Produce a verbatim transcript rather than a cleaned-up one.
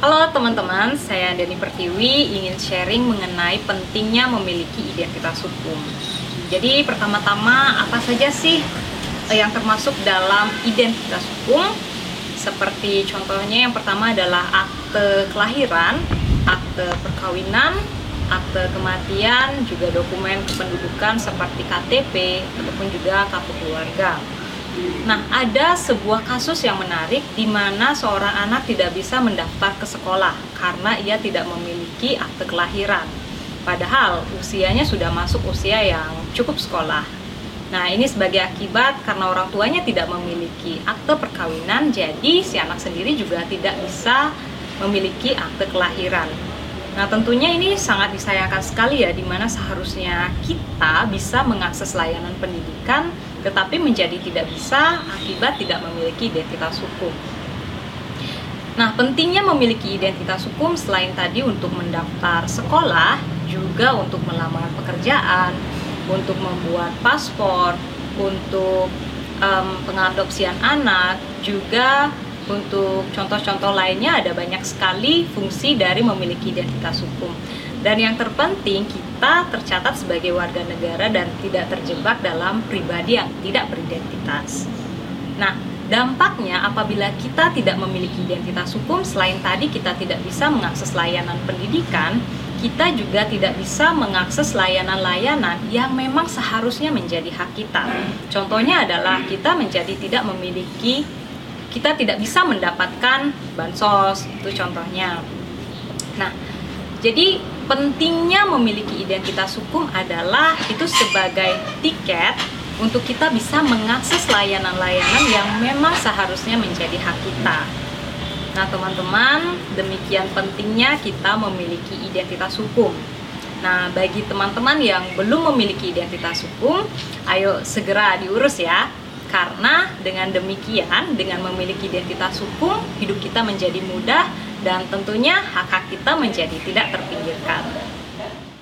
Halo teman-teman, saya Deni Pertiwi ingin sharing mengenai pentingnya memiliki identitas hukum. Jadi pertama-tama apa saja sih yang termasuk dalam identitas hukum? Seperti contohnya yang pertama adalah akte kelahiran, akte perkawinan, akte kematian, juga dokumen kependudukan seperti K T P ataupun juga kartu keluarga. Nah, ada sebuah kasus yang menarik di mana seorang anak tidak bisa mendaftar ke sekolah karena ia tidak memiliki akte kelahiran. Padahal usianya sudah masuk usia yang cukup sekolah. Nah, ini sebagai akibat karena orang tuanya tidak memiliki akte perkawinan, jadi si anak sendiri juga tidak bisa memiliki akte kelahiran. Nah, tentunya ini sangat disayangkan sekali ya, di mana seharusnya kita bisa mengakses layanan pendidikan, tetapi menjadi tidak bisa akibat tidak memiliki identitas hukum. Nah, pentingnya memiliki identitas hukum selain tadi untuk mendaftar sekolah, juga untuk melamar pekerjaan, untuk membuat paspor, untuk um, pengadopsian anak, juga untuk contoh-contoh lainnya ada banyak sekali fungsi dari memiliki identitas hukum. Dan yang terpenting, kita tercatat sebagai warga negara dan tidak terjebak dalam pribadi yang tidak beridentitas. Nah, dampaknya apabila kita tidak memiliki identitas hukum, selain tadi kita tidak bisa mengakses layanan pendidikan, kita juga tidak bisa mengakses layanan-layanan yang memang seharusnya menjadi hak kita. Contohnya adalah kita menjadi tidak memiliki kita tidak bisa mendapatkan bansos, itu contohnya. Nah, jadi pentingnya memiliki identitas hukum adalah itu sebagai tiket untuk kita bisa mengakses layanan-layanan yang memang seharusnya menjadi hak kita. Nah, teman-teman, demikian pentingnya kita memiliki identitas hukum. Nah, bagi teman-teman yang belum memiliki identitas hukum, ayo segera diurus ya. Karena dengan demikian, dengan memiliki identitas hukum, hidup kita menjadi mudah dan tentunya hak-hak kita menjadi tidak terpinggirkan.